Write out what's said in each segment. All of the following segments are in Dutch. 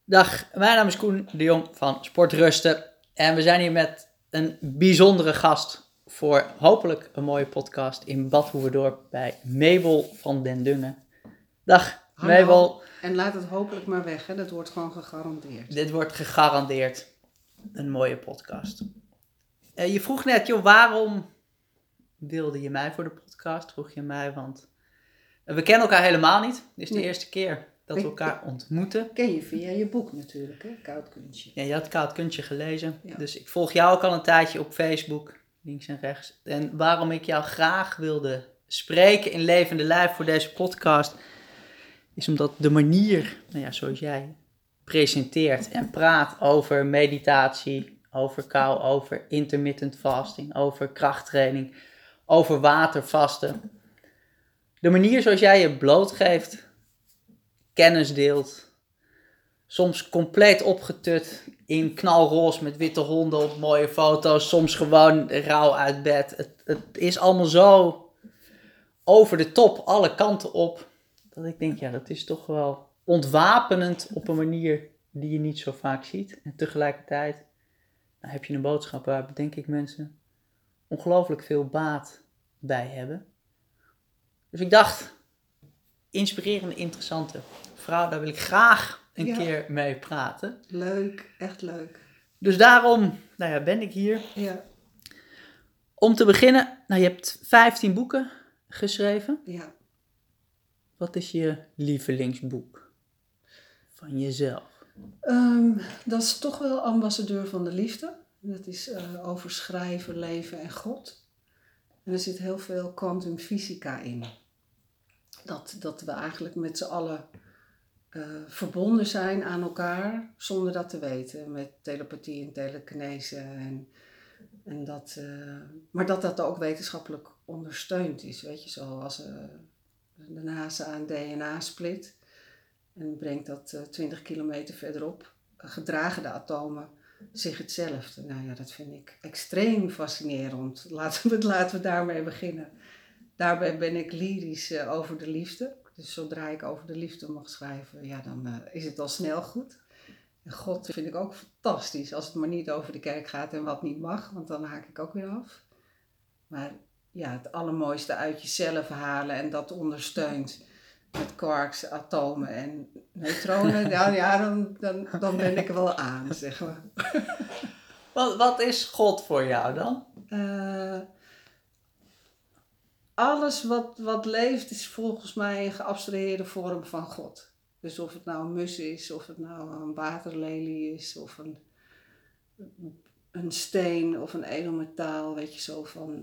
Dag, mijn naam is Koen de Jong van Sportrusten en we zijn hier met een bijzondere gast voor hopelijk een mooie podcast in Bad Hoeverdorp bij Mabel van den Dungen. Dag Hallo. Mabel. En laat het hopelijk maar weg, hè? Dat wordt gewoon gegarandeerd. Dit wordt gegarandeerd een mooie podcast. Je vroeg net, joh, waarom wilde je mij voor de podcast? Vroeg je mij, want we kennen elkaar helemaal niet. Dit is de eerste keer dat we elkaar ontmoeten. Ken je via je boek natuurlijk, hè? Koud Kunstje. Ja, je had Koud Kunstje gelezen. Ja. Dus ik volg jou ook al een tijdje op Facebook, links en rechts. En waarom ik jou graag wilde spreken in levende lijf voor deze podcast, is omdat de manier, zoals jij presenteert en praat over meditatie, over kou, over intermittent fasting, over krachttraining, over watervasten. De manier zoals jij je blootgeeft, kennis deelt, soms compleet opgetut in knalroze met witte honden op mooie foto's, soms gewoon rauw uit bed. Het is allemaal zo over de top, alle kanten op, dat ik denk, ja, dat is toch wel ontwapenend op een manier die je niet zo vaak ziet. En tegelijkertijd heb je een boodschap waar, denk ik, mensen ongelooflijk veel baat bij hebben. Dus ik dacht, inspirerende, interessante vrouw, daar wil ik graag een keer mee praten. Leuk, echt leuk. Dus daarom ben ik hier. Ja. Om te beginnen, je hebt 15 boeken geschreven. Ja. Wat is je lievelingsboek van jezelf? Dat is toch wel Ambassadeur van de Liefde. Dat is over schrijven, leven en God. En er zit heel veel kwantumfysica in. Dat we eigenlijk met z'n allen verbonden zijn aan elkaar zonder dat te weten. Met telepathie en telekinese. En dat, maar dat ook wetenschappelijk ondersteund is. Weet je, zoals de NASA een DNA split. En brengt dat 20 kilometer verderop. Gedragen de atomen zich hetzelfde. Nou ja, dat vind ik extreem fascinerend. Laten we daarmee beginnen. Daarbij ben ik lyrisch over de liefde. Dus zodra ik over de liefde mag schrijven, ja, dan is het al snel goed. En God vind ik ook fantastisch. Als het maar niet over de kerk gaat en wat niet mag. Want dan haak ik ook weer af. Maar ja, het allermooiste uit jezelf halen en dat ondersteunt met quarks, atomen en neutronen. Dan ben ik er wel aan, zeg maar. Wat is God voor jou dan? Alles wat leeft is volgens mij een geabstraheerde vorm van God. Dus of het nou een mus is, of het nou een waterlelie is, of een steen of een edelmetaal, weet je, zo van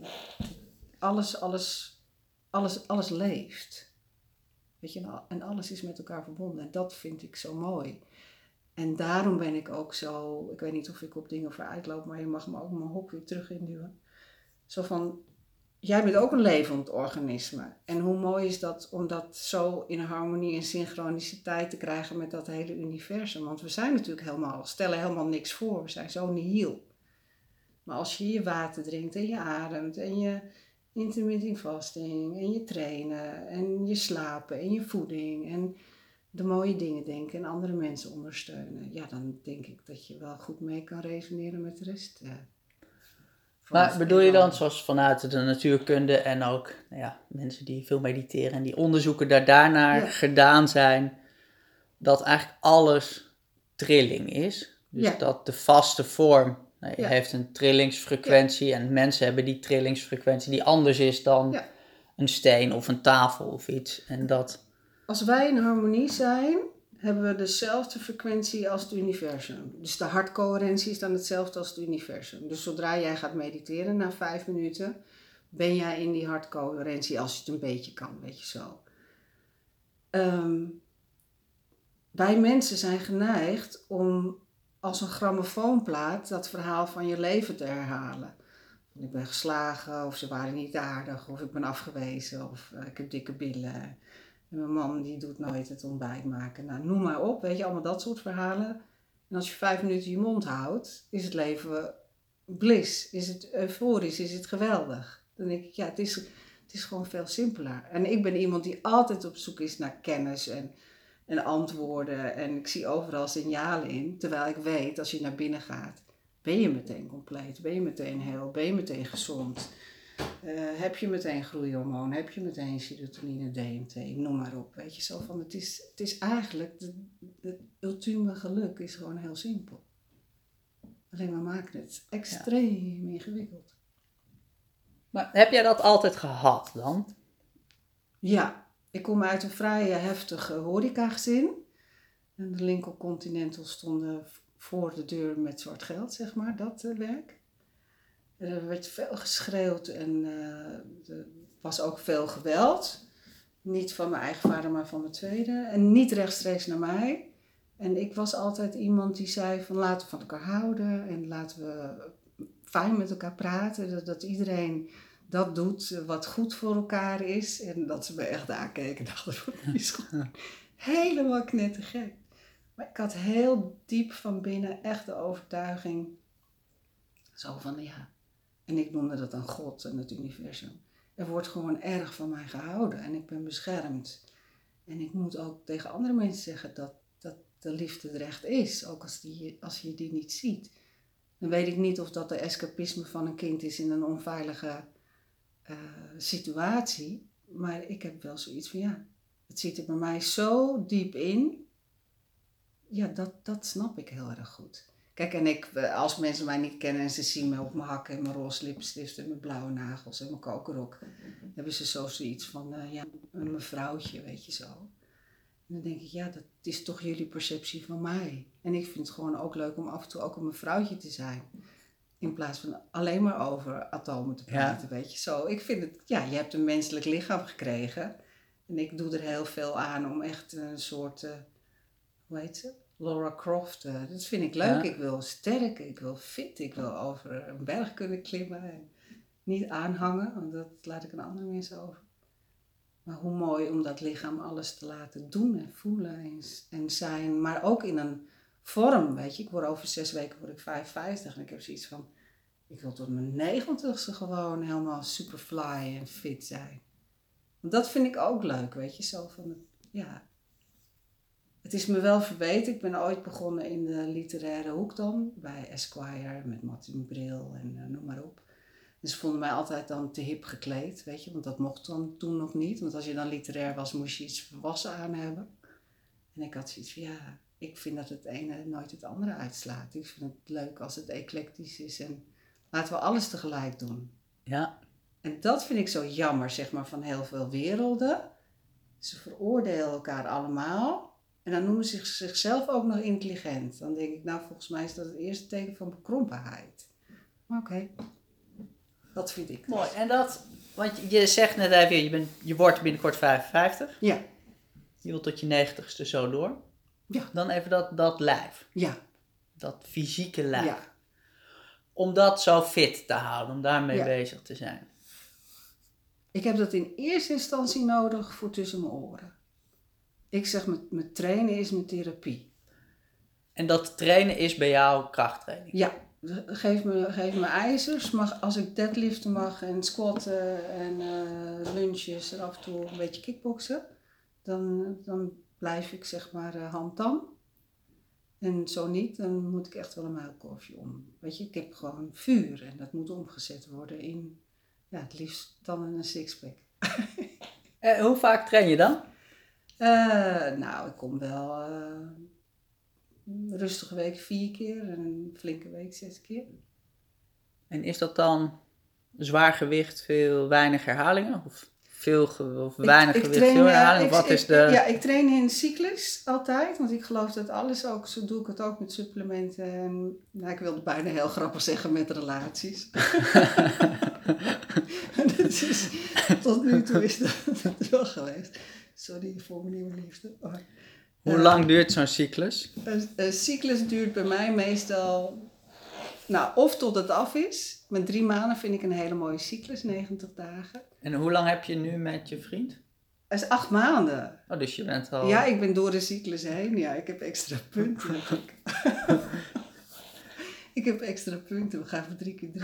alles leeft. Weet je, en alles is met elkaar verbonden. En dat vind ik zo mooi. En daarom ben ik ook zo, ik weet niet of ik op dingen vooruitloop, maar je mag me ook mijn hok weer terug induwen. Zo van, jij bent ook een levend organisme. En hoe mooi is dat om dat zo in harmonie en synchroniciteit te krijgen met dat hele universum. Want we zijn natuurlijk stellen helemaal niks voor. We zijn zo nihil. Maar als je je water drinkt en je ademt en je intermittent fasting en je trainen en je slapen en je voeding en de mooie dingen denken en andere mensen ondersteunen. Ja, dan denk ik dat je wel goed mee kan resoneren met de rest. Maar bedoel je dan, zoals vanuit de natuurkunde en ook mensen die veel mediteren en die onderzoeken daarnaar gedaan zijn, dat eigenlijk alles trilling is? Dus dat de vaste vorm heeft een trillingsfrequentie en mensen hebben die trillingsfrequentie die anders is dan een steen of een tafel of iets. En dat... Als wij in harmonie zijn, hebben we dezelfde frequentie als het universum. Dus de hartcoherentie is dan hetzelfde als het universum. Dus zodra jij gaat mediteren na 5 minuten, ben jij in die hartcoherentie als je het een beetje kan, weet je zo. Wij mensen zijn geneigd om als een grammofoonplaat dat verhaal van je leven te herhalen. Ik ben geslagen, of ze waren niet aardig, of ik ben afgewezen, of ik heb dikke billen. En mijn man die doet nooit het ontbijt maken. Nou, noem maar op, weet je, allemaal dat soort verhalen. En als je 5 minuten je mond houdt, is het leven bliss. Is het euforisch, is het geweldig. Dan denk ik, ja, het is gewoon veel simpeler. En ik ben iemand die altijd op zoek is naar kennis en en antwoorden. En ik zie overal signalen in. Terwijl ik weet, als je naar binnen gaat, ben je meteen compleet. Ben je meteen heel. Ben je meteen gezond. Heb je meteen groeihormoon. Heb je meteen serotonine, DMT. Noem maar op. Weet je, zo van, het is eigenlijk, het ultieme geluk is gewoon heel simpel. Alleen we maken het extreem ingewikkeld. Maar heb jij dat altijd gehad dan? Ja, ik kom uit een vrij heftig horecagezin. En de Lincoln Continental stonden voor de deur met zwart geld, zeg maar, dat werk. Er werd veel geschreeuwd en er was ook veel geweld. Niet van mijn eigen vader, maar van mijn tweede. En niet rechtstreeks naar mij. En ik was altijd iemand die zei van laten we van elkaar houden en laten we fijn met elkaar praten. Dat iedereen dat doet wat goed voor elkaar is. En dat ze me echt aankeken en dachten, die is gewoon helemaal knettergek. Maar ik had heel diep van binnen echt de overtuiging, zo van ja, en ik noemde dat dan God en het universum. Er wordt gewoon erg van mij gehouden en ik ben beschermd. En ik moet ook tegen andere mensen zeggen dat de liefde er echt is, ook als je die niet ziet. Dan weet ik niet of dat de escapisme van een kind is in een onveilige situatie. Maar ik heb wel zoiets van ja, het zit er bij mij zo diep in. Ja, dat snap ik heel erg goed. Kijk, en als mensen mij niet kennen en ze zien me op mijn hakken en mijn roze lipstift en mijn blauwe nagels en mijn kokerrok, hebben ze zo zoiets van, een mevrouwtje, weet je zo. En dan denk ik, ja, dat is toch jullie perceptie van mij. En ik vind het gewoon ook leuk om af en toe ook een mevrouwtje te zijn. In plaats van alleen maar over atomen te praten, weet je zo. Ik vind het, ja, je hebt een menselijk lichaam gekregen. En ik doe er heel veel aan om echt een soort, hoe heet ze? Laura Croft. Dat vind ik leuk. Ja. Ik wil sterk, ik wil fit, ik wil over een berg kunnen klimmen. En niet aanhangen, want dat laat ik aan andere mensen over. Maar hoe mooi om dat lichaam alles te laten doen en voelen en zijn. Maar ook in een vorm, weet je. Over 6 weken word ik 55 en ik heb zoiets van, ik wil tot mijn 90ste gewoon helemaal superfly en fit zijn. Want dat vind ik ook leuk, weet je. Zo van, ja. Het is me wel verweten. Ik ben ooit begonnen in de literaire hoek dan. Bij Esquire met Martin Bril en noem maar op. En ze vonden mij altijd dan te hip gekleed, weet je. Want dat mocht dan toen nog niet. Want als je dan literair was, moest je iets volwassen aan hebben. En ik had zoiets van, ja, ik vind dat het ene nooit het andere uitslaat. Ik vind het leuk als het eclectisch is. En laten we alles tegelijk doen. Ja. En dat vind ik zo jammer, zeg maar, van heel veel werelden. Ze veroordelen elkaar allemaal. En dan noemen ze zichzelf ook nog intelligent. Dan denk ik, nou, volgens mij is dat het eerste teken van bekrompenheid. Maar oké. Dat vind ik. Mooi. En dat, want je zegt net even, je wordt binnenkort 55. Ja. Je wilt tot je 90ste zo door. Ja. Dan even dat lijf. Ja. Dat fysieke lijf. Ja. Om dat zo fit te houden, om daarmee bezig te zijn. Ik heb dat in eerste instantie nodig voor tussen mijn oren. Ik zeg, met trainen is mijn therapie. En dat trainen is bij jou krachttraining? Ja. Geef me ijzers, als ik deadliften mag en squatten en lunches en af en toe een beetje kickboksen, dan blijf ik zeg maar handtam. En zo niet, dan moet ik echt wel een muilkorfje om. Weet je, ik heb gewoon vuur en dat moet omgezet worden in, ja, het liefst dan in een sixpack. Hoe vaak train je dan? Nou, ik kom wel een rustige week 4 keer en een flinke week 6 keer. En is dat dan zwaar gewicht, weinig herhalingen? Of weinig gewicht, veel herhalingen? Wat is de... Ja, ik train in cyclus altijd, want ik geloof dat alles ook, zo doe ik het ook met supplementen. En, nou, ik wilde bijna heel grappig zeggen met relaties. Tot nu toe is dat wel geweest. Sorry voor mijn nieuwe liefde. Hoe lang duurt zo'n cyclus? Een cyclus duurt bij mij meestal, nou, of tot het af is. Met 3 maanden vind ik een hele mooie cyclus, 90 dagen. En hoe lang heb je nu met je vriend? Dat is 8 maanden. Oh, dus je bent al... Ja, ik ben door de cyclus heen. Ja, ik heb extra punten. Ik heb extra punten. We gaan voor 3 keer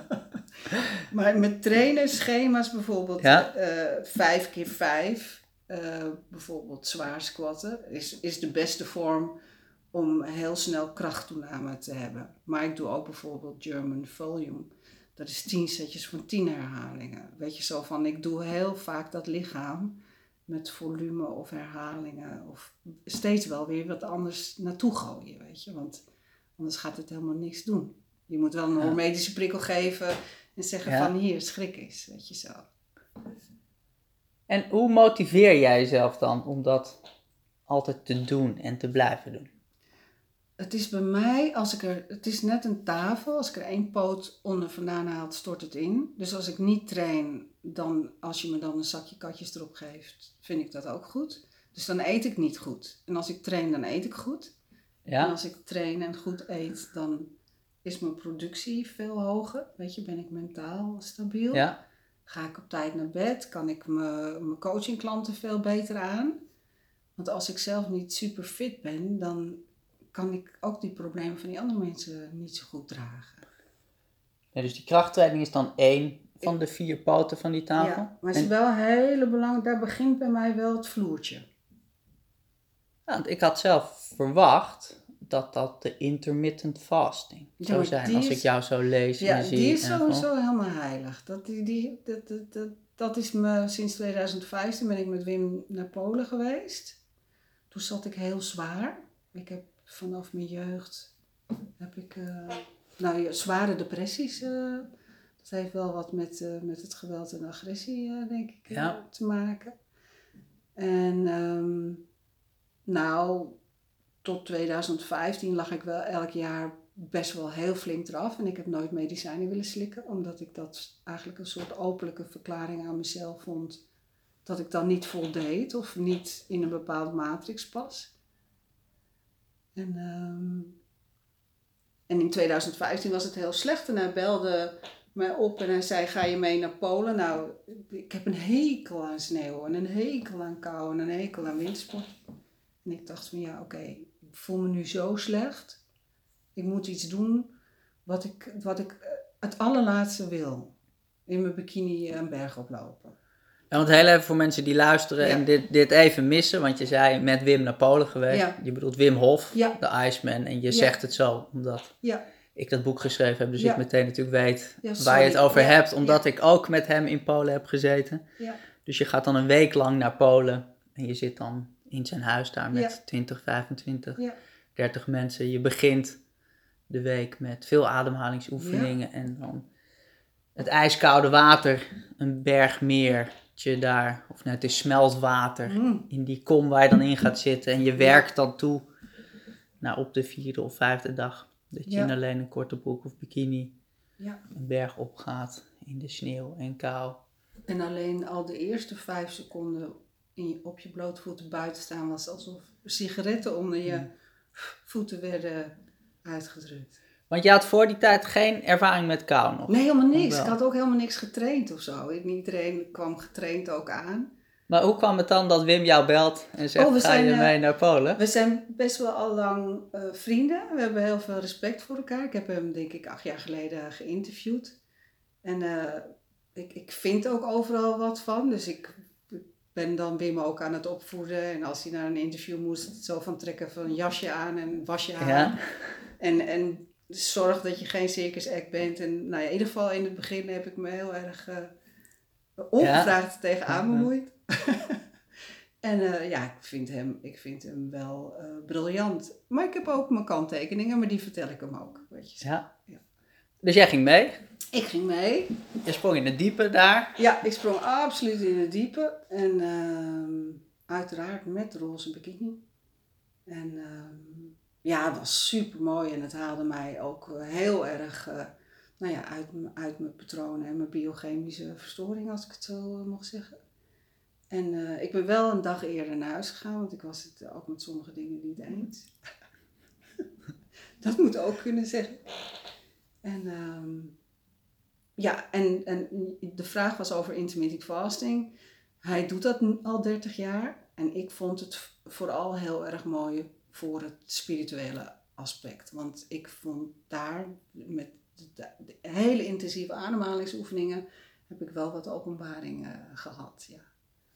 3. Maar met trainerschema's bijvoorbeeld, 5 keer 5. bijvoorbeeld zwaar squatten is de beste vorm om heel snel krachttoename te hebben. Maar ik doe ook bijvoorbeeld German volume. Dat is 10 setjes van 10 herhalingen. Weet je, zo van, ik doe heel vaak dat lichaam met volume of herhalingen. Of steeds wel weer wat anders naartoe gooien, weet je. Want anders gaat het helemaal niks doen. Je moet wel een hormonische prikkel geven en zeggen van, hier, schrik eens, weet je zo. En hoe motiveer jij jezelf dan om dat altijd te doen en te blijven doen? Het is bij mij, het is net een tafel. Als ik er 1 poot onder vandaan haal, stort het in. Dus als ik niet train, als je me dan een zakje katjes erop geeft, vind ik dat ook goed. Dus dan eet ik niet goed. En als ik train, dan eet ik goed. Ja? En als ik train en goed eet, dan is mijn productie veel hoger. Weet je, ben ik mentaal stabiel. Ja. Ga ik op tijd naar bed, kan ik mijn coachingklanten veel beter aan. Want als ik zelf niet super fit ben, dan kan ik ook die problemen van die andere mensen niet zo goed dragen. Ja, dus die krachttraining is dan 1 van de 4 poten van die tafel? Ja, maar het is wel heel belangrijk, daar begint bij mij wel het vloertje. Ja, want ik had zelf verwacht dat de intermittent fasting zou zijn, als ik jou zo lees en zie. Ja, die is sowieso helemaal heilig. Dat is me sinds 2015 ben ik met Wim naar Polen geweest. Toen zat ik heel zwaar. Ik heb vanaf mijn jeugd zware depressies. Dat heeft wel wat met het geweld en agressie, denk ik, te maken. En tot 2015 lag ik wel elk jaar best wel heel flink eraf. En ik heb nooit medicijnen willen slikken, omdat ik dat eigenlijk een soort openlijke verklaring aan mezelf vond. Dat ik dan niet voldeed of niet in een bepaalde matrix pas. En in 2015 was het heel slecht en hij belde mij op en hij zei, ga je mee naar Polen? Nou, ik heb een hekel aan sneeuw en een hekel aan kou en een hekel aan windsport. En ik dacht van oké, ik voel me nu zo slecht. Ik moet iets doen wat ik het allerlaatste wil. In mijn bikini een berg oplopen. Ja, want heel even voor mensen die luisteren en dit even missen. Want je zei met Wim naar Polen geweest. Ja. Je bedoelt Wim Hof, de Iceman. En je zegt het zo, omdat ik dat boek geschreven heb. Dus ik meteen natuurlijk weet waar je het over hebt. Omdat ik ook met hem in Polen heb gezeten. Ja. Dus je gaat dan een week lang naar Polen. En je zit dan in zijn huis daar met 20, 25, 30 mensen. Je begint de week met veel ademhalingsoefeningen. Ja. En dan het ijskoude water, een bergmeertje daar. Of het is smeltwater in die kom waar je dan in gaat zitten. En je werkt dan toe op de 4e of 5e dag. Dat je in alleen een korte broek of bikini een berg opgaat in de sneeuw en kou. En alleen al de eerste 5 seconden op je blote voeten buiten staan was alsof sigaretten onder je voeten werden uitgedrukt. Want je had voor die tijd geen ervaring met kou nog? Nee, helemaal niks. Ik had ook helemaal niks getraind of zo. Iedereen kwam getraind ook aan. Maar hoe kwam het dan dat Wim jou belt en zegt, ga je mee naar Polen? We zijn best wel al lang vrienden. We hebben heel veel respect voor elkaar. Ik heb hem denk ik 8 jaar geleden geïnterviewd. En ik vind ook overal wat van. Dus ik ben dan Wim ook aan het opvoeden. En als hij naar een interview moest, zo van trekken van een jasje aan en wasje aan. Ja. En zorg dat je geen circus act bent. En in ieder geval in het begin heb ik me heel erg ongevraagd tegenaan bemoeid. En ik vind hem wel briljant. Maar ik heb ook mijn kanttekeningen, maar die vertel ik hem ook. Weet je. Ja. Dus jij ging mee? Ik ging mee. Je sprong in het diepe daar? Ja, ik sprong absoluut in het diepe. En uiteraard met roze bikini. En het was super mooi en het haalde mij ook heel erg uit mijn patronen en mijn biochemische verstoring, als ik het zo mag zeggen. En ik ben wel een dag eerder naar huis gegaan, want ik was het ook met sommige dingen niet eens. Dat moet ook kunnen zeggen. En en de vraag was over intermittent fasting. Hij doet dat al 30 jaar en ik vond het vooral heel erg mooi voor het spirituele aspect. Want ik vond daar met de hele intensieve ademhalingsoefeningen heb ik wel wat openbaringen gehad, ja.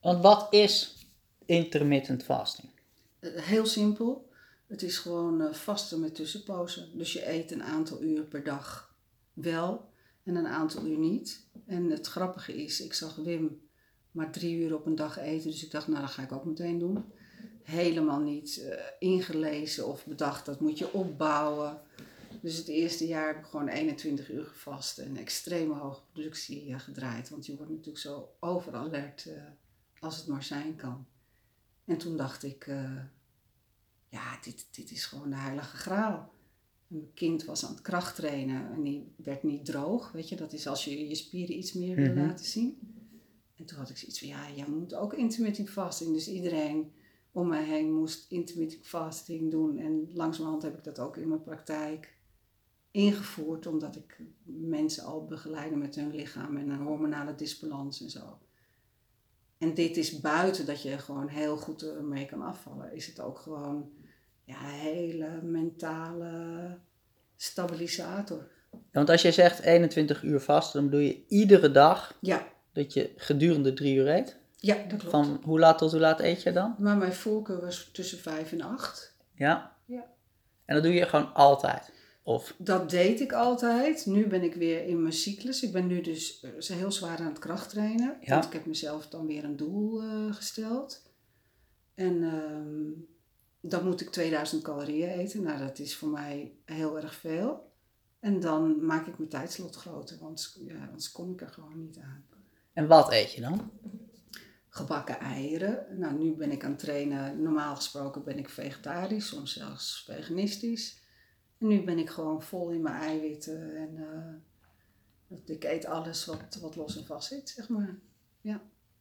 Want wat is intermittent fasting? Heel simpel. Het is gewoon vasten met tussenpozen. Dus je eet een aantal uur per dag wel en een aantal uur niet. En het grappige is, ik zag Wim maar 3 uur op een dag eten. Dus ik dacht, nou dat ga ik ook meteen doen. Helemaal niet ingelezen of bedacht, dat moet je opbouwen. Dus het eerste jaar heb ik gewoon 21 uur gevast en extreme hoge productie gedraaid. Want je wordt natuurlijk zo overalert als het maar zijn kan. En toen dacht ik, ja, dit is gewoon de heilige graal. En mijn kind was aan het krachttrainen en die werd niet droog. Weet je, dat is als je je spieren iets meer wil laten zien. En toen had ik zoiets van, ja, jij moet ook intermittent fasting. Dus iedereen om mij heen moest intermittent fasting doen. En langzamerhand heb ik dat ook in mijn praktijk ingevoerd. Omdat ik mensen al begeleide met hun lichaam en een hormonale disbalans en zo. En dit is buiten dat je gewoon heel goed ermee kan afvallen. Is het ook gewoon een hele mentale stabilisator. Ja, want als je zegt 21 uur vast, dan bedoel je iedere dag dat je gedurende 3 uur eet? Ja, dat klopt. Van hoe laat tot hoe laat eet je dan? Maar mijn voorkeur was tussen 5 en 8. Ja? Ja. En dat doe je gewoon altijd? Of? Dat deed ik altijd. Nu ben ik weer in mijn cyclus. Ik ben nu dus heel zwaar aan het krachttrainen. Ja. Want ik heb mezelf dan weer een doel gesteld. En dan moet ik 2000 calorieën eten. Nou, dat is voor mij heel erg veel. En dan maak ik mijn tijdslot groter. Want anders kom ik er gewoon niet aan. En wat eet je dan? Gebakken eieren. Nou, nu ben ik aan het trainen. Normaal gesproken ben ik vegetarisch, soms zelfs veganistisch. En nu ben ik gewoon vol in mijn eiwitten. En ik eet alles wat los en vast zit, zeg maar. Ja.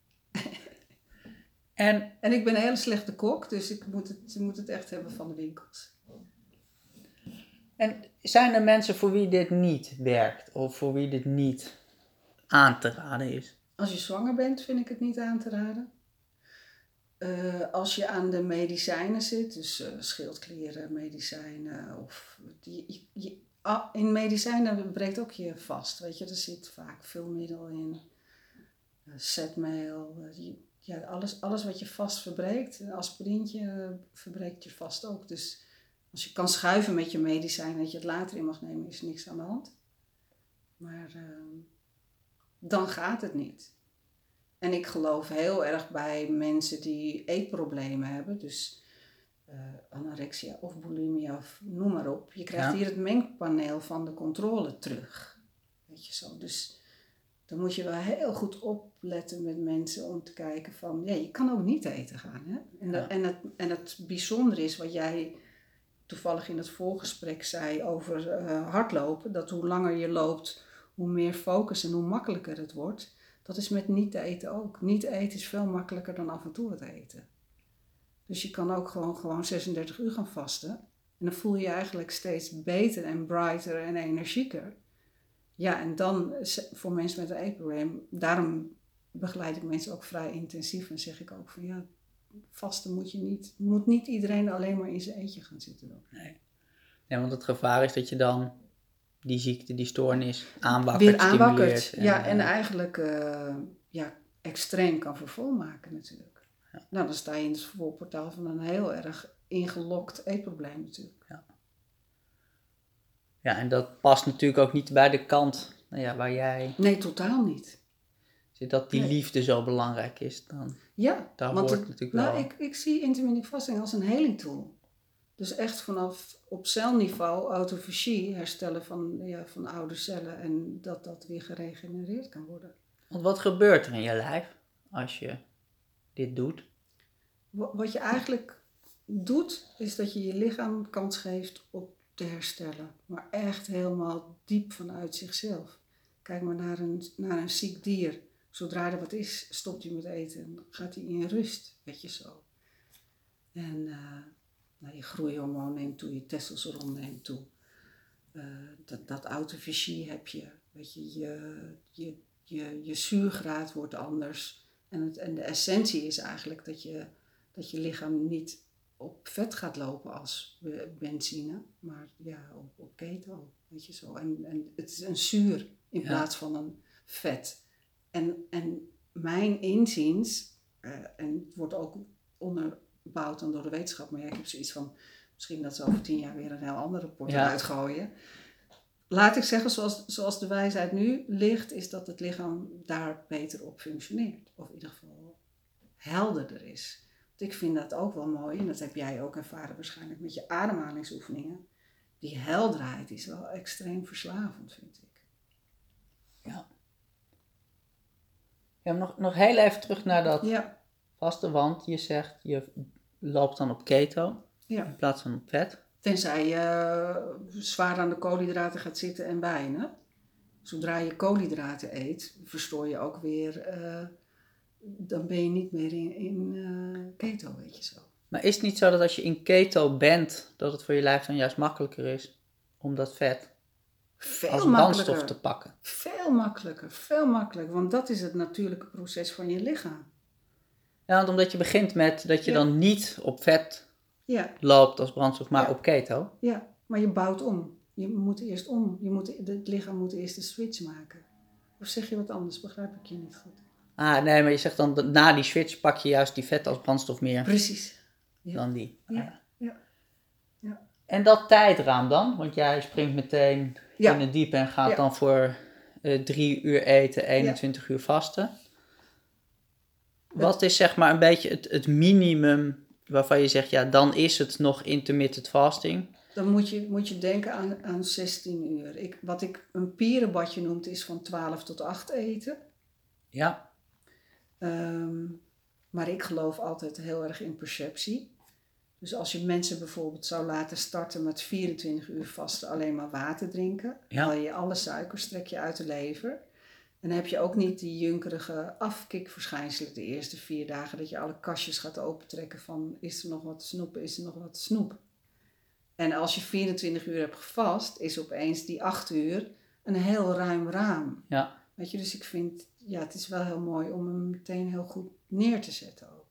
En ik ben een hele slechte kok, dus ik moet het echt hebben van de winkels. En zijn er mensen voor wie dit niet werkt? Of voor wie dit niet aan te raden is? Als je zwanger bent, vind ik het niet aan te raden. Als je aan de medicijnen zit, dus schildklierenmedicijnen of in medicijnen breekt ook je vast, weet je, er zit vaak veel middel in, zetmeel, alles wat je vast verbreekt, een aspirintje verbreekt je vast ook. Dus als je kan schuiven met je medicijnen, dat je het later in mag nemen, is niks aan de hand. Maar dan gaat het niet. En ik geloof heel erg bij mensen die eetproblemen hebben. Dus anorexia of bulimia of noem maar op. Je krijgt hier het mengpaneel van de controle terug. Weet je zo. Dus dan moet je wel heel goed opletten met mensen om te kijken van... Ja, je kan ook niet eten gaan. Hè? En het bijzondere is wat jij toevallig in het voorgesprek zei over hardlopen. Dat hoe langer je loopt, hoe meer focus en hoe makkelijker het wordt... Dat is met niet eten ook. Niet eten is veel makkelijker dan af en toe het eten. Dus je kan ook gewoon 36 uur gaan vasten. En dan voel je je eigenlijk steeds beter en brighter en energieker. Ja, en dan voor mensen met een eetprobleem, daarom begeleid ik mensen ook vrij intensief. En zeg ik ook van ja, vasten moet niet iedereen alleen maar in zijn eentje gaan zitten doen. Nee, want het gevaar is dat je dan die ziekte, die stoornis weer aanwakkert. En, en eigenlijk extreem kan vervol maken natuurlijk. Ja. Nou, dan sta je in het voorportaal van een heel erg ingelokt eetprobleem natuurlijk. Ja, en dat past natuurlijk ook niet bij de kant waar jij... Nee, totaal niet. Zit dat die liefde zo belangrijk is dan? Ja, daar wordt natuurlijk wel... Nou, ik zie intermittent fasting als een healing tool. Dus echt vanaf op celniveau autofagie herstellen van oude cellen en dat weer geregenereerd kan worden. Want wat gebeurt er in je lijf als je dit doet? Wat je eigenlijk doet, is dat je je lichaam kans geeft op te herstellen. Maar echt helemaal diep vanuit zichzelf. Kijk maar naar een ziek dier. Zodra er wat is, stopt hij met eten en gaat hij in rust, weet je zo. En je groeihormoon neemt toe, je testosteron neemt toe. Dat autofagie heb je, weet je zuurgraad wordt anders. En de essentie is eigenlijk dat je lichaam niet op vet gaat lopen als benzine, maar op keto, weet je zo. En het is een zuur in plaats van een vet. En mijn inziens En het wordt ook onderbouwd dan door de wetenschap. Maar ja, ik heb zoiets van, misschien dat ze over 10 jaar weer een heel ander rapport eruit gooien. Laat ik zeggen, zoals de wijsheid nu ligt, is dat het lichaam daar beter op functioneert. Of in ieder geval helderder is. Want ik vind dat ook wel mooi, en dat heb jij ook ervaren waarschijnlijk met je ademhalingsoefeningen. Die helderheid is wel extreem verslavend, vind ik. Ja. Ja, nog heel even terug naar dat vaste, want je zegt je loopt dan op keto in plaats van op vet. Tenzij je zwaar aan de koolhydraten gaat zitten en wijn. Zodra je koolhydraten eet, verstoor je ook weer, dan ben je niet meer in keto, weet je zo. Maar is het niet zo dat als je in keto bent, dat het voor je lijf dan juist makkelijker is om dat vet als brandstof te pakken? Veel makkelijker, want dat is het natuurlijke proces van je lichaam. Ja, want omdat je begint met dat je dan niet op vet loopt als brandstof, maar op keto. Ja, maar je bouwt om. Je moet eerst om. Het lichaam moet eerst de switch maken. Of zeg je wat anders? Begrijp ik je niet goed. Ah, nee, maar je zegt dan na die switch pak je juist die vet als brandstof meer. Precies. Dan die. Ja. En dat tijdraam dan? Want jij springt meteen in het diepe en gaat dan voor 3 uur eten, 21 uur vasten. Wat is zeg maar een beetje het minimum waarvan je zegt, dan is het nog intermittent fasting? Dan moet je denken aan 16 uur. Wat ik een pierenbadje noemt is van 12 tot 8 eten. Ja. Maar ik geloof altijd heel erg in perceptie. Dus als je mensen bijvoorbeeld zou laten starten met 24 uur vasten, alleen maar water drinken, haal je alle suikers, trek je uit de lever. En dan heb je ook niet die junkerige afkikverschijnselen de eerste 4 dagen, dat je alle kastjes gaat opentrekken van is er nog wat te snoepen, is er nog wat te snoepen. En als je 24 uur hebt gevast, is opeens die 8 uur een heel ruim raam. Ja. Weet je, dus ik vind, het is wel heel mooi om hem meteen heel goed neer te zetten ook.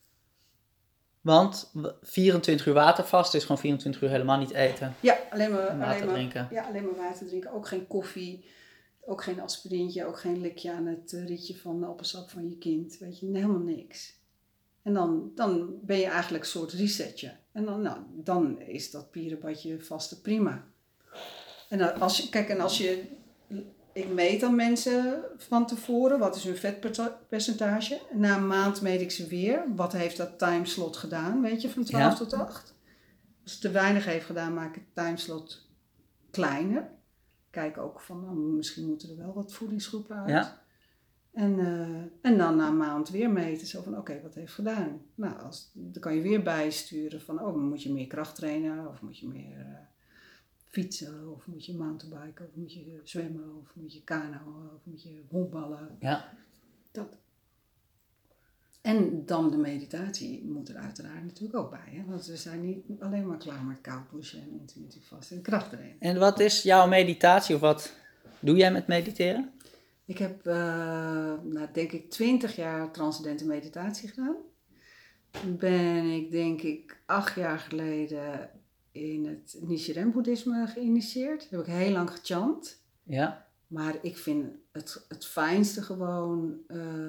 Want 24 uur watervast is gewoon 24 uur helemaal niet eten. Ja, alleen maar water drinken. Ja, alleen maar water drinken. Ook geen koffie, ook geen aspirintje, ook geen likje aan het rietje van de appelsap van je kind. Weet je, helemaal niks. En dan ben je eigenlijk een soort resetje. En dan is dat pierenbadje vaste prima. En als je ik meet dan mensen van tevoren, wat is hun vetpercentage. Na een maand meet ik ze weer. Wat heeft dat timeslot gedaan, weet je, van 12 tot 8. Als het te weinig heeft gedaan, maak ik het timeslot kleiner. Kijk ook van, misschien moeten er wel wat voedingsgroepen uit. Ja. En dan na een maand weer meten, zo van, oké, wat heeft gedaan? Nou, dan kan je weer bijsturen van, moet je meer kracht trainen, of moet je meer fietsen, of moet je mountainbiken, of moet je zwemmen, of moet je kanoën, of moet je honkballen. Ja. Dat. En dan de meditatie moet er uiteraard natuurlijk ook bij. Hè? Want we zijn niet alleen maar klaar met koud douchen en intermittent vasten en krachttrainen. En wat is jouw meditatie, of wat doe jij met mediteren? Ik heb, denk ik, 20 jaar transcendente meditatie gedaan. Ben ik, denk ik, 8 jaar geleden in het Nichiren-boeddhisme geïnitieerd. Dat heb ik heel lang gechant. Ja. Maar ik vind het fijnste gewoon,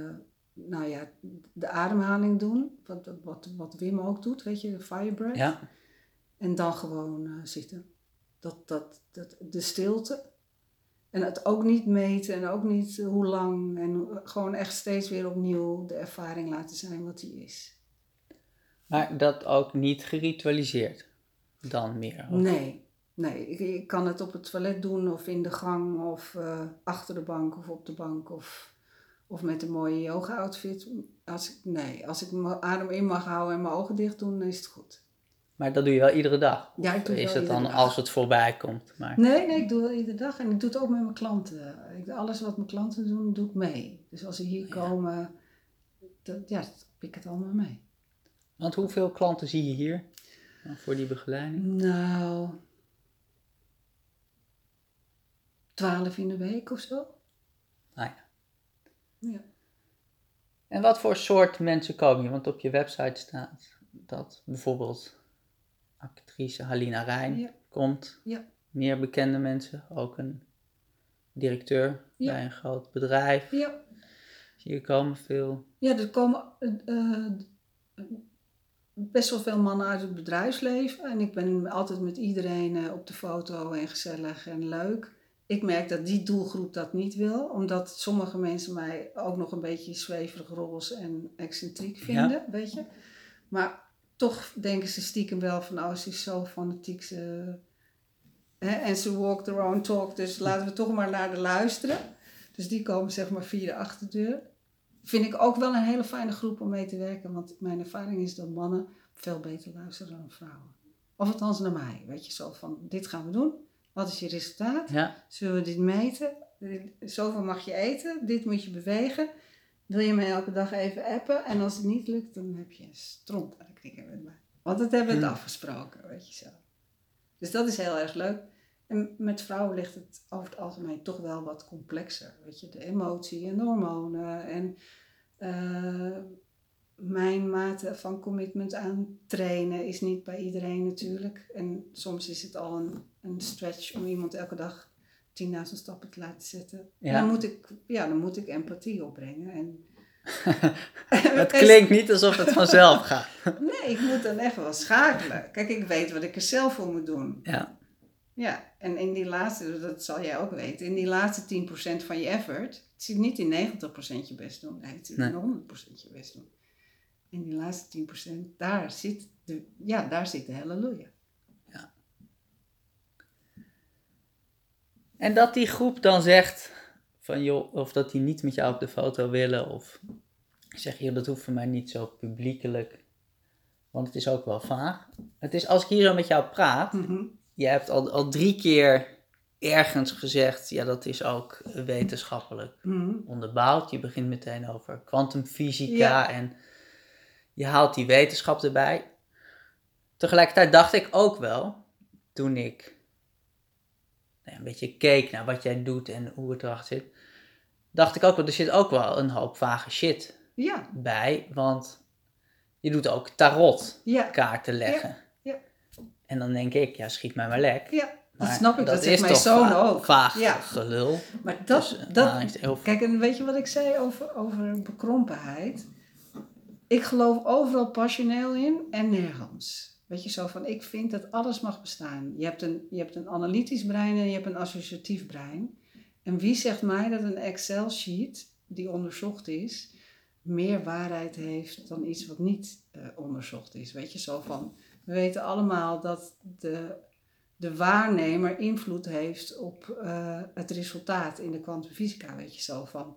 de ademhaling doen. Wat Wim ook doet, weet je, de fire breath. Ja. En dan gewoon zitten. De stilte. En het ook niet meten en ook niet hoe lang. En gewoon echt steeds weer opnieuw de ervaring laten zijn wat die is. Maar dat ook niet geritualiseerd dan meer? Of? Nee. Ik kan het op het toilet doen of in de gang of achter de bank of op de bank of met een mooie yoga-outfit. Als ik mijn adem in mag houden en mijn ogen dicht doen, dan is het goed. Maar dat doe je wel iedere dag? Ja, ik doe het is wel het dan iedere dag. als het voorbij komt? Maar... Nee, ik doe het iedere dag en ik doe het ook met mijn klanten. Alles wat mijn klanten doen, doe ik mee. Dus als ze hier komen, pik ik het allemaal mee. Want hoeveel klanten zie je hier voor die begeleiding? Nou, 12 in de week of zo. Ah ja. En wat voor soort mensen komen hier? Want op je website staat dat bijvoorbeeld actrice Halina Reijn komt. Ja. Meer bekende mensen, ook een directeur bij een groot bedrijf. Ja. Hier komen veel... Ja, er komen best wel veel mannen uit het bedrijfsleven. En ik ben altijd met iedereen op de foto en gezellig en leuk. Ik merk dat die doelgroep dat niet wil. Omdat sommige mensen mij ook nog een beetje zweverig, roze en excentriek vinden, weet je. Maar toch denken ze stiekem wel van, oh, ze is zo fanatiek. En ze walk their own talk, dus laten we toch maar naar de luisteren. Dus die komen zeg maar via de achterdeur. Vind ik ook wel een hele fijne groep om mee te werken. Want mijn ervaring is dat mannen veel beter luisteren dan vrouwen. Of althans naar mij. Weet je, zo van, dit gaan we doen. Wat is je resultaat? Ja. Zullen we dit meten? Zoveel mag je eten. Dit moet je bewegen. Wil je mij elke dag even appen? En als het niet lukt, dan heb je een stront aan de knikker met mij. Want dat hebben we het afgesproken, weet je zo. Dus dat is heel erg leuk. En met vrouwen ligt het over het algemeen toch wel wat complexer. Weet je, de emotie en de hormonen en mijn mate van commitment aan trainen is niet bij iedereen natuurlijk. En soms is het al een stretch om iemand elke dag 10.000 stappen te laten zetten. Ja. Dan moet ik empathie opbrengen. En het klinkt niet alsof het vanzelf gaat. Nee, ik moet dan even wel schakelen. Kijk, ik weet wat ik er zelf voor moet doen. Ja. Ja, en in die laatste, dat zal jij ook weten, in die laatste 10% van je effort, het zit niet in 90% je best doen, nee, het zit in 100% je best doen. In die laatste 10%, daar zit de halleluja. Ja. En dat die groep dan zegt van joh, of dat die niet met jou op de foto willen, of zeg je dat hoeft voor mij niet zo publiekelijk, want het is ook wel vaag. Het is als ik hier zo met jou praat, je hebt al 3 keer ergens gezegd, ja dat is ook wetenschappelijk onderbouwd. Je begint meteen over kwantumfysica en je haalt die wetenschap erbij. Tegelijkertijd dacht ik ook wel, toen ik een beetje keek naar wat jij doet en hoe het erachter zit, dacht ik ook wel, er zit ook wel een hoop vage shit bij, want je doet ook tarotkaarten leggen. Ja. En dan denk ik, ja, schiet mij maar lek. Ja, dat snap ik. Dat is mijn zoon ook. Vaag gelul. Maar kijk, en weet je wat ik zei over bekrompenheid? Ik geloof overal passioneel in en nergens. Weet je, zo van, ik vind dat alles mag bestaan. Je hebt een analytisch brein en je hebt een associatief brein. En wie zegt mij dat een Excel-sheet die onderzocht is, meer waarheid heeft dan iets wat niet onderzocht is? Weet je, zo van, we weten allemaal dat de waarnemer invloed heeft op het resultaat in de kwantumfysica, weet je, zo van.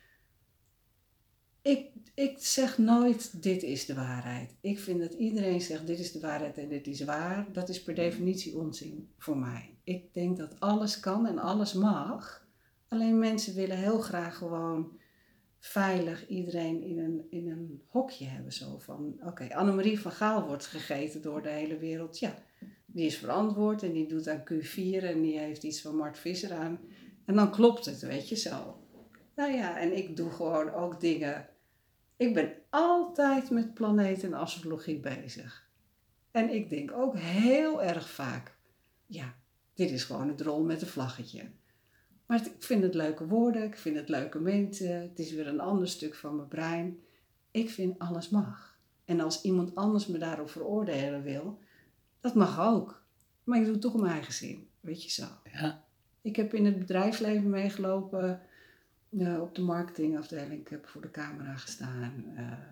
Ik zeg nooit, dit is de waarheid. Ik vind dat iedereen zegt, dit is de waarheid en dit is waar. Dat is per definitie onzin voor mij. Ik denk dat alles kan en alles mag. Alleen mensen willen heel graag gewoon veilig iedereen in een hokje hebben. Zo van, oké, Annemarie van Gaal wordt gegeten door de hele wereld. Ja, die is verantwoord en die doet aan Q4 en die heeft iets van Mart Visser aan. En dan klopt het, weet je zo. Nou ja, en ik doe gewoon ook dingen. Ik ben altijd met planeten en astrologie bezig. En ik denk ook heel erg vaak, ja, dit is gewoon het rol met een vlaggetje. Maar ik vind het leuke woorden, ik vind het leuke mensen. Het is weer een ander stuk van mijn brein. Ik vind alles mag. En als iemand anders me daarop veroordelen wil, dat mag ook. Maar ik doe het toch in mijn eigen zin, weet je zo. Ja. Ik heb in het bedrijfsleven meegelopen. Op de marketingafdeling, ik heb voor de camera gestaan.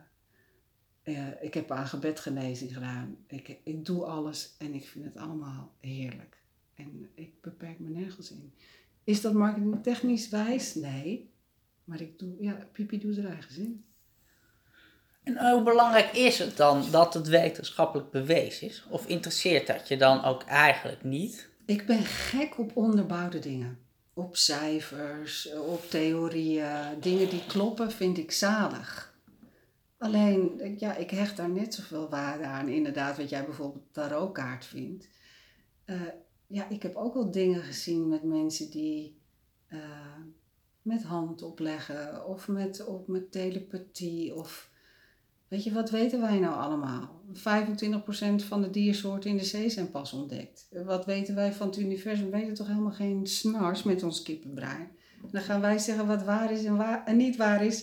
Ik heb aan gebedgenezing gedaan. Ik doe alles en ik vind het allemaal heerlijk. En ik beperk me nergens in. Is dat marketingtechnisch wijs? Nee. Maar Pipi doet er eigen zin. En hoe belangrijk is het dan dat het wetenschappelijk bewezen is? Of interesseert dat je dan ook eigenlijk niet? Ik ben gek op onderbouwde dingen. Op cijfers, op theorieën. Dingen die kloppen vind ik zalig. Alleen, ik hecht daar net zoveel waarde aan. Inderdaad, wat jij bijvoorbeeld tarotkaart vindt. Ik heb ook wel dingen gezien met mensen die met hand opleggen. Of met telepathie. Of, weet je, wat weten wij nou allemaal? 25% van de diersoorten in de zee zijn pas ontdekt. Wat weten wij van het universum? We weten toch helemaal geen snars met ons kippenbrein. Dan gaan wij zeggen wat waar is en niet waar is.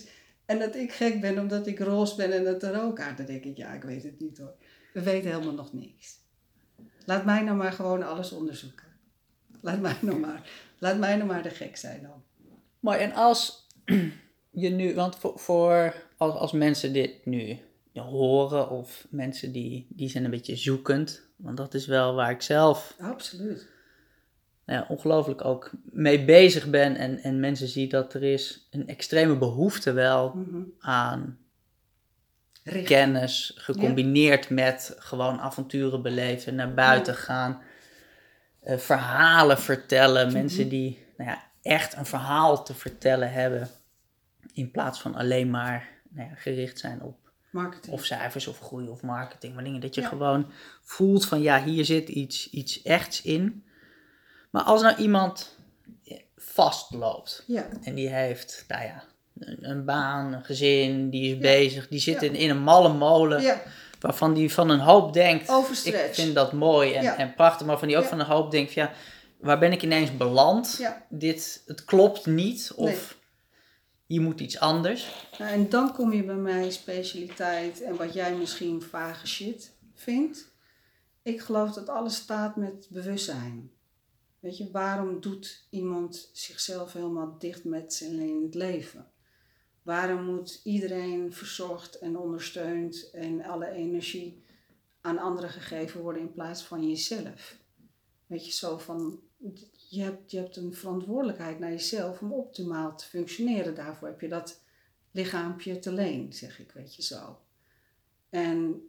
En dat ik gek ben omdat ik roze ben en het er ook aan. Dan denk ik, ja, ik weet het niet hoor. We weten helemaal nog niks. Laat mij nou maar gewoon alles onderzoeken. Laat mij nou maar de gek zijn dan. Mooi, en als je nu, want als mensen dit nu horen, of mensen die zijn een beetje zoekend, want dat is wel waar ik zelf Absoluut. ongelooflijk ook mee bezig ben en mensen zien dat er is een extreme behoefte wel aan kennis, gecombineerd met gewoon avonturen beleven, naar buiten gaan, verhalen vertellen, mensen die echt een verhaal te vertellen hebben, in plaats van alleen maar gericht zijn op marketing. Of cijfers of groei of marketing, maar dingen dat je gewoon voelt van hier zit iets echts in. Maar als nou iemand vastloopt en die heeft een baan, een gezin, die is bezig, die zit in een malle molen, waarvan die van een hoop denkt, ik vind dat mooi en prachtig, maar van die ook van een hoop denkt van waar ben ik ineens beland? Het klopt niet of je moet iets anders. Nou, en dan kom je bij mijn specialiteit en wat jij misschien vage shit vindt. Ik geloof dat alles staat met bewustzijn. Weet je, waarom doet iemand zichzelf helemaal dichtmetselen in het leven? Waarom moet iedereen verzorgd en ondersteund en alle energie aan anderen gegeven worden in plaats van jezelf? Weet je, zo van, je hebt een verantwoordelijkheid naar jezelf om optimaal te functioneren. Daarvoor heb je dat lichaampje te leen, zeg ik, weet je zo. En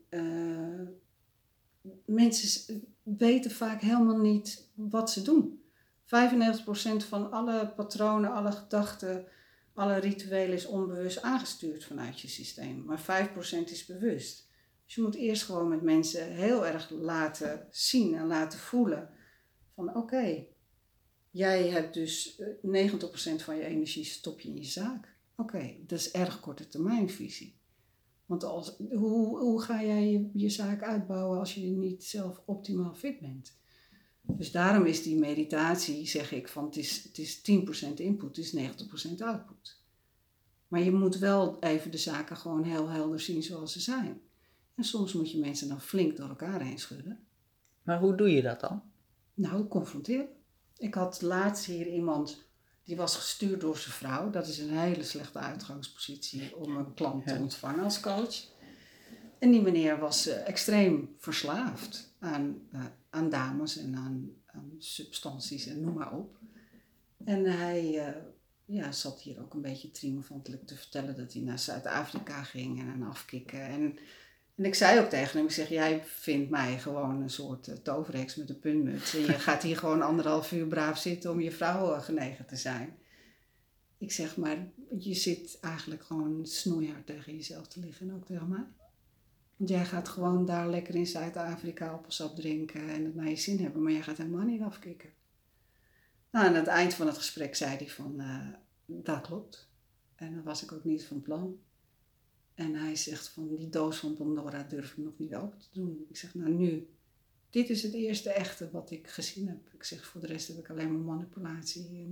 mensen weten vaak helemaal niet wat ze doen. 95% van alle patronen, alle gedachten, alle rituelen is onbewust aangestuurd vanuit je systeem. Maar 5% is bewust. Dus je moet eerst gewoon met mensen heel erg laten zien en laten voelen van oké, jij hebt dus 90% van je energie stop je in je zaak. Oké, dat is erg korte termijnvisie. Want hoe ga jij je zaak uitbouwen als je niet zelf optimaal fit bent? Dus daarom is die meditatie, zeg ik, van het is 10% input, het is 90% output. Maar je moet wel even de zaken gewoon heel helder zien zoals ze zijn. En soms moet je mensen dan flink door elkaar heen schudden. Maar hoe doe je dat dan? Nou, confronteren. Ik had laatst hier iemand, die was gestuurd door zijn vrouw. Dat is een hele slechte uitgangspositie om een klant te ontvangen als coach. En die meneer was extreem verslaafd aan dames en aan substanties en noem maar op. En hij zat hier ook een beetje triomfantelijk te vertellen dat hij naar Zuid-Afrika ging en aan afkicken. En ik zei ook tegen hem, ik zeg, jij vindt mij gewoon een soort toverheks met een puntmuts. En je gaat hier gewoon 1,5 uur braaf zitten om je vrouw genegen te zijn. Ik zeg, maar je zit eigenlijk gewoon snoeihard tegen jezelf te liggen en ook tegen mij. Want jij gaat gewoon daar lekker in Zuid-Afrika appelsap drinken en het naar je zin hebben, maar jij gaat helemaal niet afkicken. Nou, aan het eind van het gesprek zei hij van, dat klopt. En dat was ik ook niet van plan. En hij zegt van, die doos van Pandora durf ik nog niet open te doen. Ik zeg, nou nu, dit is het eerste echte wat ik gezien heb. Ik zeg, voor de rest heb ik alleen maar manipulatie.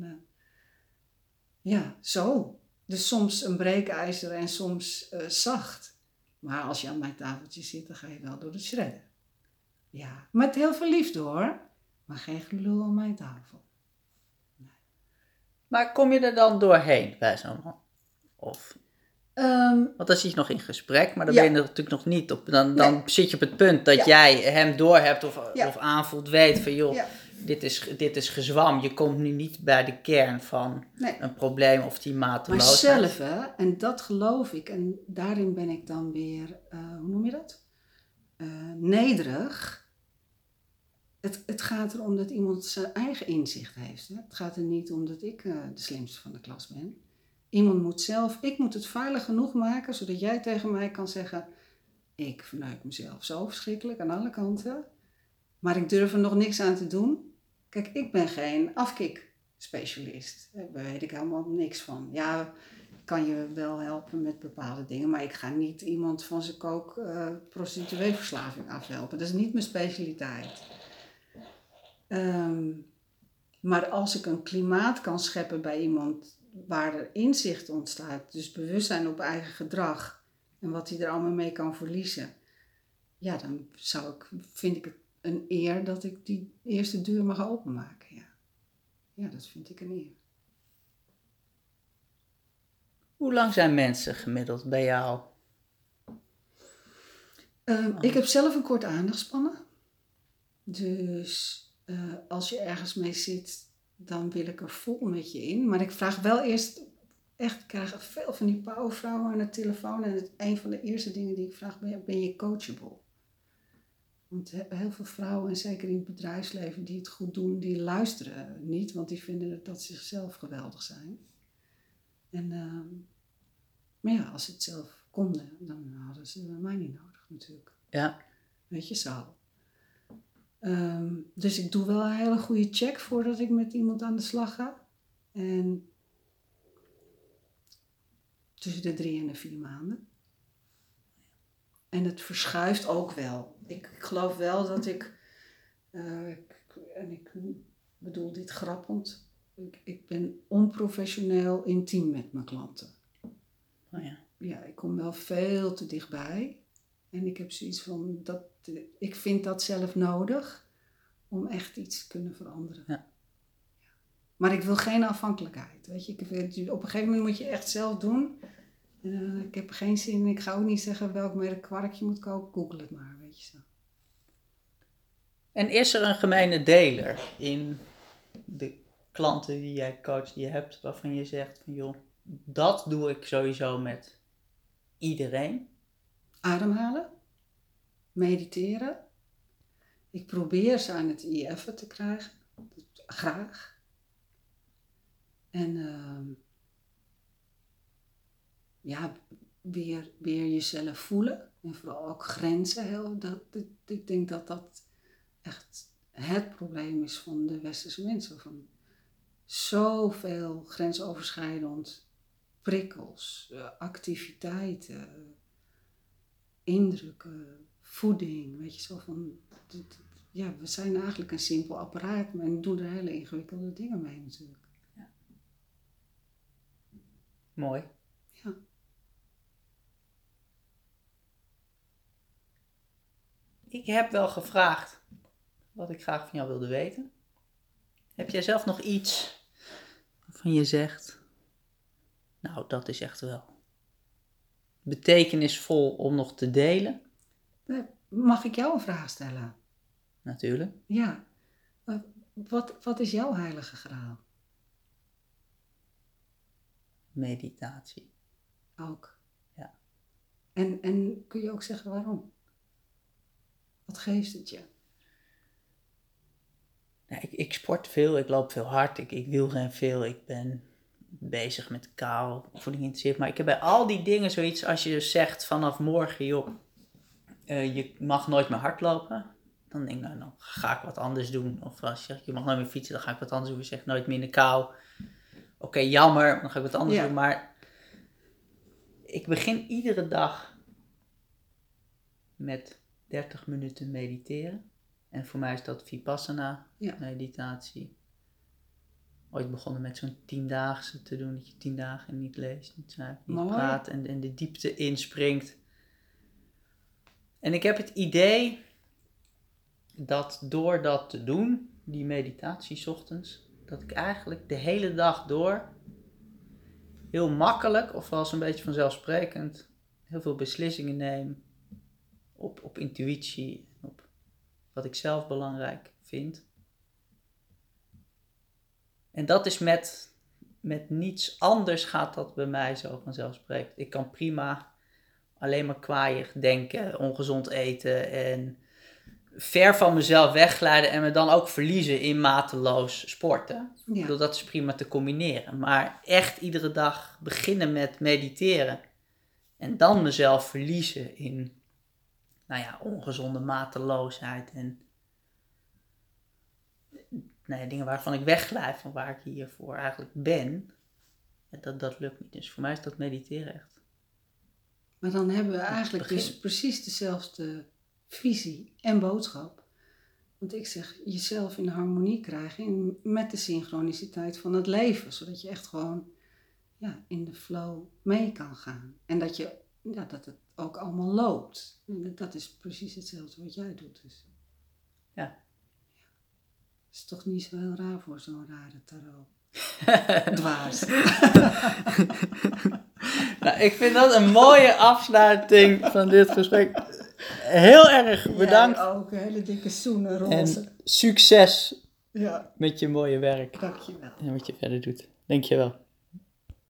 En zo. Dus soms een breekijzer en soms zacht. Maar als je aan mijn tafeltje zit, dan ga je wel door het shredden. Ja, met heel veel liefde hoor. Maar geen gelul aan mijn tafel. Nee. Maar kom je er dan doorheen bij zo'n man? Of... Want dan zit je nog in gesprek, maar dan ben je er natuurlijk nog niet op. Dan zit je op het punt dat jij hem doorhebt of aanvoelt, weet van joh, dit is gezwam. Je komt nu niet bij de kern van een probleem of die mateloosheid. Maar zelf, en dat geloof ik, en daarin ben ik dan weer, hoe noem je dat? Nederig. Het gaat erom dat iemand zijn eigen inzicht heeft. Hè? Het gaat er niet om dat ik de slimste van de klas ben. Iemand moet zelf, ik moet het veilig genoeg maken, zodat jij tegen mij kan zeggen, ik vernuik mezelf zo verschrikkelijk aan alle kanten, maar ik durf er nog niks aan te doen. Kijk, ik ben geen afkikspecialist. Daar weet ik helemaal niks van. Ja, ik kan je wel helpen met bepaalde dingen, maar ik ga niet iemand van zijn prostitueeverslaving afhelpen. Dat is niet mijn specialiteit. Maar als ik een klimaat kan scheppen bij iemand waar er inzicht ontstaat, dus bewustzijn op eigen gedrag en wat hij er allemaal mee kan verliezen, ja, dan vind ik het een eer dat ik die eerste deur mag openmaken. Ja. Ja, dat vind ik een eer. Hoe lang zijn mensen gemiddeld bij jou? Ik heb zelf een korte aandachtspannen. Dus als je ergens mee zit, dan wil ik er vol met je in. Maar ik vraag wel eerst, echt, ik krijg veel van die powervrouwen aan de telefoon. En een van de eerste dingen die ik vraag, ben je coachable? Want heel veel vrouwen, en zeker in het bedrijfsleven, die het goed doen, die luisteren niet. Want die vinden dat ze zichzelf geweldig zijn. Maar ja, als ze het zelf konden, dan hadden ze mij niet nodig natuurlijk. Ja. Weet je, zo. Dus ik doe wel een hele goede check voordat ik met iemand aan de slag ga. En tussen de 3 en de 4 maanden. En het verschuift ook wel. Ik geloof wel dat ik bedoel dit grappend, ik ben onprofessioneel intiem met mijn klanten. Oh ja. Ja, ik kom wel veel te dichtbij. En ik heb zoiets van, ik vind dat zelf nodig om echt iets te kunnen veranderen. Ja. Maar ik wil geen afhankelijkheid. Weet je? Op een gegeven moment moet je echt zelf doen. Ik heb geen zin, ik ga ook niet zeggen welk merk kwark je moet kopen. Google het maar, weet je zo. En is er een gemene deler in de klanten die jij coacht, die je hebt, waarvan je zegt van joh, dat doe ik sowieso met iedereen? Ademhalen. Mediteren. Ik probeer ze aan het IF'en te krijgen. Graag. En weer jezelf voelen. En vooral ook grenzen. Ik denk dat dat echt het probleem is van de westerse mensen. Van zoveel grensoverschrijdend prikkels, activiteiten, indrukken, voeding. Weet je, zo van... Ja, we zijn eigenlijk een simpel apparaat, maar we doen er hele ingewikkelde dingen mee natuurlijk. Ja. Mooi. Ja. Ik heb wel gevraagd wat ik graag van jou wilde weten. Heb jij zelf nog iets waarvan je zegt, nou dat is echt wel betekenisvol om nog te delen? Mag ik jou een vraag stellen? Natuurlijk. Ja. Wat is jouw heilige graal? Meditatie. Ook. Ja. En kun je ook zeggen waarom? Wat geeft het je? Nou, ik sport veel, ik loop veel hard, ik wielren veel, ik ben bezig met voeding geïnteresseerd. Maar ik heb bij al die dingen zoiets als je zegt vanaf morgen, joh, je mag nooit meer hardlopen. Dan denk ik, nou, dan ga ik wat anders doen. Of als je zegt, je mag nooit meer fietsen, dan ga ik wat anders doen. Je zegt, nooit meer in de kou. Oké, jammer, dan ga ik wat anders doen. Maar ik begin iedere dag met 30 minuten mediteren. En voor mij is dat Vipassana meditatie. Ooit begonnen met zo'n 10-daagse te doen. Dat je 10 dagen niet leest, niet schrijft, niet praat en de diepte inspringt. En ik heb het idee dat door dat te doen, die meditatie 's ochtends, dat ik eigenlijk de hele dag door heel makkelijk, of wel een beetje vanzelfsprekend, heel veel beslissingen neem op intuïtie, op wat ik zelf belangrijk vind. En dat is met niets anders gaat dat bij mij zo vanzelfsprekend. Ik kan prima alleen maar kwaaiig denken, ongezond eten en ver van mezelf wegglijden en me dan ook verliezen in mateloos sporten. Ja. Ik bedoel, dat is prima te combineren. Maar echt iedere dag beginnen met mediteren en dan mezelf verliezen in, ongezonde mateloosheid en dingen waarvan ik wegglijd, van waar ik hiervoor eigenlijk ben. Dat lukt niet. Dus voor mij is dat mediteren echt. Maar dan hebben we eigenlijk dus precies dezelfde visie en boodschap. Want ik zeg, jezelf in harmonie krijgen met de synchroniciteit van het leven. Zodat je echt gewoon in de flow mee kan gaan. En dat het ook allemaal loopt. En dat is precies hetzelfde wat jij doet. Dus. Ja. Is toch niet zo heel raar voor zo'n rare tarot. Dwaas. Nou, ik vind dat een mooie afsluiting van dit gesprek. Heel erg bedankt. Jij ook, hele dikke zoenen roze. En succes Ja, met je mooie werk dankjewel. en wat je verder doet. Dankjewel.